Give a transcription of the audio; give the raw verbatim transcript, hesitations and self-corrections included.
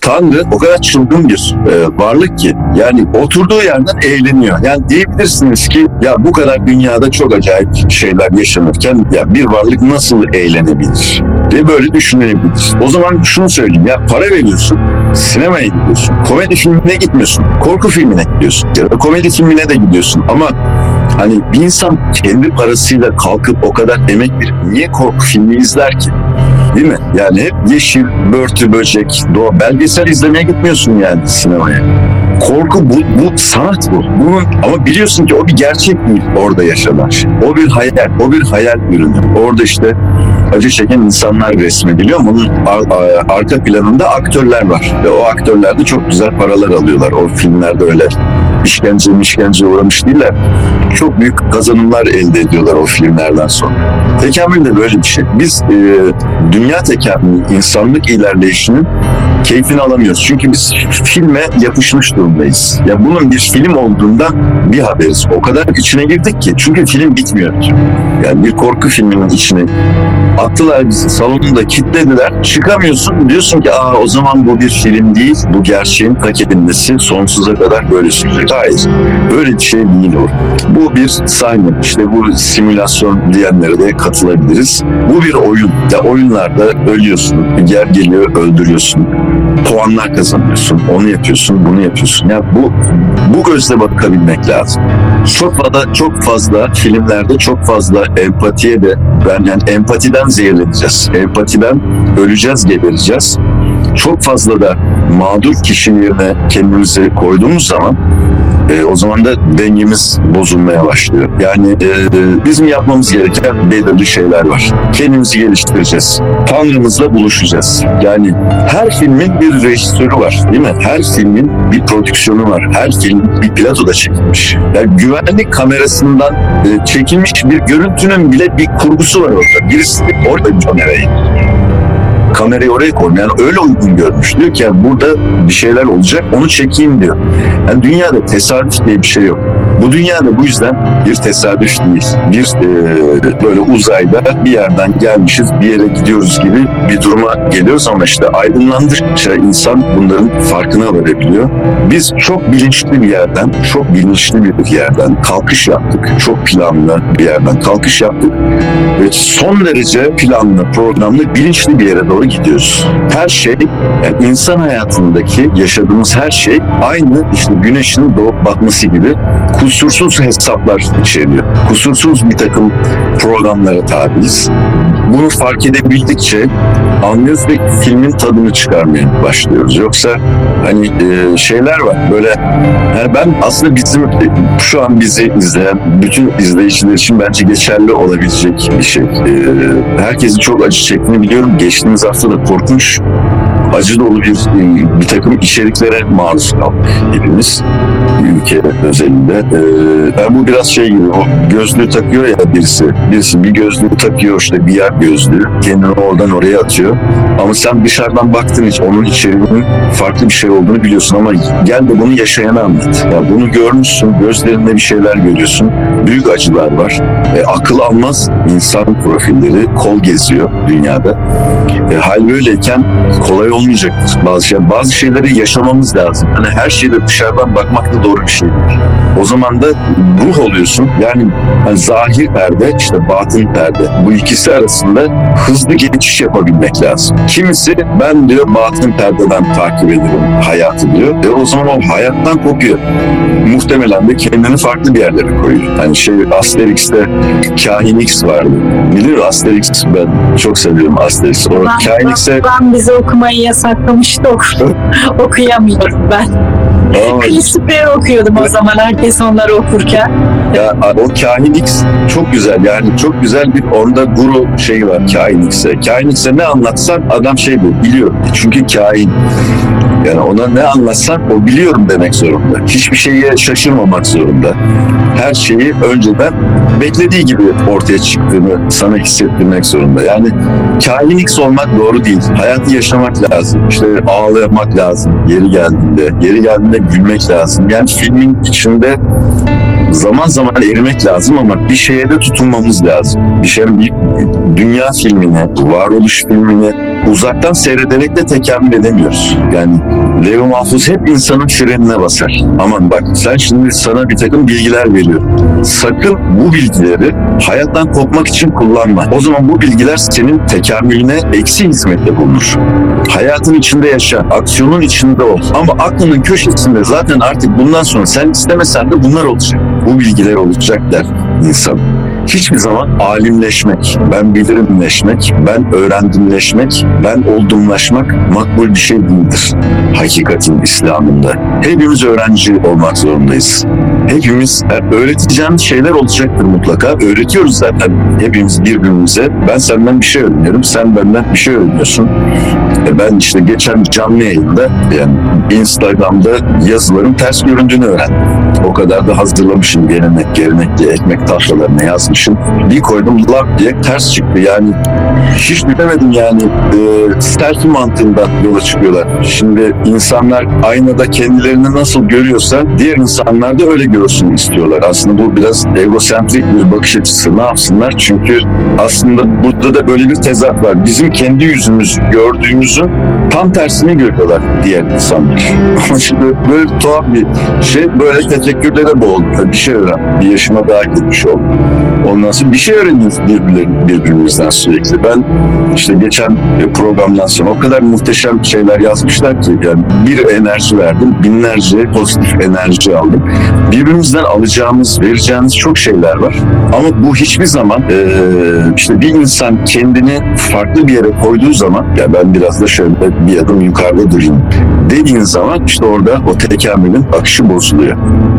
Tanrı o kadar çılgın bir e, varlık ki yani oturduğu yerden eğleniyor. Yani diyebilirsiniz ki ya bu kadar dünyada çok acayip şeyler yaşanırken ya bir varlık nasıl eğlenebilir diye böyle düşünebilir. O zaman şunu söyleyeyim, ya para veriyorsun, sinemaya gidiyorsun, komedi filmine gitmiyorsun, korku filmine gidiyorsun ya da komedi filmine de gidiyorsun ama hani bir insan kendi parasıyla kalkıp o kadar emek verip niye korku filmi izler ki? Değil mi? Yani hep yeşil, börtü, böcek, doğa, belgesel izlemeye gitmiyorsun yani sinemaya. Korku bu, bu sanat bu. Bunun, ama biliyorsun ki o bir gerçek değil orada yaşanan şey. O bir hayal, o bir hayal ürünü. Orada işte acı çeken insanlar resmediliyor. Bunun ar- ar- arka planında aktörler var. Ve o aktörler de çok güzel paralar alıyorlar. O filmlerde öyle işkence işkence uğramış değiller. Çok büyük kazanımlar elde ediyorlar o filmlerden sonra. Tekamül de böyle bir şey. Biz e, dünya tekamülü, insanlık ilerleyişinin keyfini alamıyoruz. Çünkü biz filme yapışmış durumdayız. Ya bunun bir film olduğundan bir haberiz. O kadar içine girdik ki. Çünkü film bitmiyor. Yani bir korku filminin içine attılar bizi, salonunda kilitlediler. Çıkamıyorsun. Diyorsun ki aa o zaman bu bir film değil. Bu gerçeğin hak edilmesi sonsuza kadar böyle sürecek. Hayır. Böyle bir şey değil o. Bu bir sahne. İşte bu simülasyon diyenlere de katılabiliriz. Bu bir oyun. Ya oyunlarda ölüyorsun. Bir yer geliyor, öldürüyorsun. Puanlar kazanıyorsun. Onu yapıyorsun, bunu yapıyorsun. Ya bu bu gözle bakabilmek lazım. Çok fazla çok fazla filmlerde çok fazla empatiye de ben yani empatiden zehirleneceğiz. Empatiden öleceğiz, gebereceğiz. Çok fazla da mağdur kişinin yerine kendimizi koyduğumuz zaman E, o zaman da dengemiz bozulmaya başlıyor. Yani e, bizim yapmamız gereken belirli şeyler var. Kendimizi geliştireceğiz. Tanrımızla buluşacağız. Yani her filmin bir rejisörü var, değil mi? Her filmin bir prodüksiyonu var. Her film bir platoda çekilmiş. Yani güvenlik kamerasından e, çekilmiş bir görüntünün bile bir kurgusu var orada. Birisi orada bir kamerayı. Kamerayı oraya koymuş. Yani öyle uygun görmüş. Diyor ki yani burada bir şeyler olacak, onu çekeyim diyor. Yani dünyada tesadüf diye bir şey yok. Bu dünyada bu yüzden bir tesadüf değil. Bir e, böyle uzayda bir yerden gelmişiz, bir yere gidiyoruz gibi bir duruma geliyoruz ama işte aydınlandıkça insan bunların farkına varabiliyor. Biz çok bilinçli bir yerden, çok bilinçli bir yerden kalkış yaptık. Çok planlı bir yerden kalkış yaptık. Ve son derece planlı, programlı, bilinçli bir yere doğru gidiyoruz. Her şey, yani insan hayatındaki yaşadığımız her şey aynı işte güneşin doğup batması gibi kusursuz hesaplar içeriyor. Kusursuz bir takım programlara tabiiz. Bunu fark edebildikçe anlıyoruz ve filmin tadını çıkarmaya başlıyoruz. Yoksa hani e, şeyler var böyle, yani ben aslında bizim şu an bizi izleyen bütün izleyiciler için bence geçerli olabilecek bir şey. E, herkesin çok acı çektiğini biliyorum. Geçtiğimiz hafta da korkunç, acı dolu bir, bir takım içeriklere maruz kaldık hepimiz, ülke özelinde. Ee, ben bu biraz şey gibi, o gözlüğü takıyor ya birisi, birisi bir gözlüğü takıyor, işte bir yer gözlüğü, kendini oradan oraya atıyor. Ama sen dışarıdan baktığın için onun içeriğinin farklı bir şey olduğunu biliyorsun ama gel de bunu yaşayana anlat. Yani bunu görmüşsün, gözlerinde bir şeyler görüyorsun, büyük acılar var. E, akıl almaz insan profilleri kol geziyor dünyada. E, hal böyleyken kolay olmayacaktır. Bazı, şey, bazı şeyleri yaşamamız lazım. Hani her şeyde dışarıdan bakmak da doğru bir şey değil. O zaman da ruh oluyorsun. Yani hani zahir perde, işte batın perde. Bu ikisi arasında hızlı geçiş yapabilmek lazım. Kimisi ben diyor batın perdeden takip ederim hayatı diyor. E o zaman o hayattan kopuyor. Muhtemelen de kendini farklı bir yerlere koyuyor. Hani şey Asterix'te Kahin X vardı. Bilir Asterix, ben çok seviyorum Asterix. O ben, Kahin X'e... Ben bize okumayı yasaklamıştı, oku, okuyamıyorum ben. Klasipleri okuyordum o zaman, herkes onları okurken. Ya o Kahin X çok güzel, yani çok güzel bir onda guru şeyi var Kahin X'e. Kahin X'e ne anlatsan adam şey bu, biliyor. Çünkü kahin. Yani ona ne anlatsan o biliyorum demek zorunda. Hiçbir şeye şaşırmamak zorunda. Her şeyi önceden beklediği gibi ortaya çıktığını sana hissettirmek zorunda. Yani kahin X olmak doğru değil. Hayatı yaşamak lazım. İşte ağlamak lazım yeri geldiğinde. Yeri geldiğinde gülmek lazım. Yani filmin içinde zaman zaman erimek lazım ama bir şeye de tutunmamız lazım. Bir şeyin bir dünya filmini, varoluş filmini uzaktan seyrederek de tekamül edemiyoruz. Yani Levh-i Mahfuz hep insanın frenine basar. Aman bak sen şimdi sana bir takım bilgiler veriyorum. Sakın bu bilgileri hayattan kopmak için kullanma. O zaman bu bilgiler senin tekamülüne eksi hizmette bulunur. Hayatın içinde yaşa, aksiyonun içinde ol. Ama aklının köşesinde zaten artık bundan sonra sen istemesen de bunlar olacak. Bu bilgiler olacak der insan. Hiçbir zaman alimleşmek, ben bilirimleşmek, ben öğrendimleşmek, ben oldumlaşmak makbul bir şey değildir. Hakikatin İslam'ında. Hepimiz öğrenci olmak zorundayız. Hepimiz yani öğreteceğimiz şeyler olacaktır mutlaka. Öğretiyoruz zaten hepimiz birbirimize. Ben senden bir şey öğreniyorum, sen benden bir şey öğreniyorsun. E ben işte geçen canlı yayında yani Instagram'da yazıların ters göründüğünü öğrendim. O kadar da hazırlamışım gelenek, gelenek diye ekmek tahtalarına yazmışım. Bir koydum lap diye ters çıktı. Yani hiç bilemedim yani e, selfie mantığından yola çıkıyorlar. Şimdi insanlar aynada kendilerini nasıl görüyorsa diğer insanlar da öyle görsün istiyorlar. Aslında bu biraz egosentrik bir bakış açısı. Ne yapsınlar? Çünkü aslında burada da böyle bir tezat var. Bizim kendi yüzümüzü gördüğümüzün tam tersini görüyorlar diğer insanlar. Ama şimdi böyle tuhaf bir şey, böyle teşekkürlere boğulduk. Bir şey öğren. Bir yaşıma daha girmiş oldum. Ondan sonra bir şey öğreniyoruz birbirlerin, birbirimizden sürekli. Ben işte geçen programdan sonra o kadar muhteşem şeyler yazmışlar ki yani bir enerji verdim, binlerce pozitif enerji aldım. Birbirimizden alacağımız, vereceğimiz çok şeyler var. Ama bu hiçbir zaman e, işte bir insan kendini farklı bir yere koyduğu zaman ya ben biraz da şöyle bir adım yukarıda durayım dediğin zaman işte orada o tekamülün akışı bozuluyor.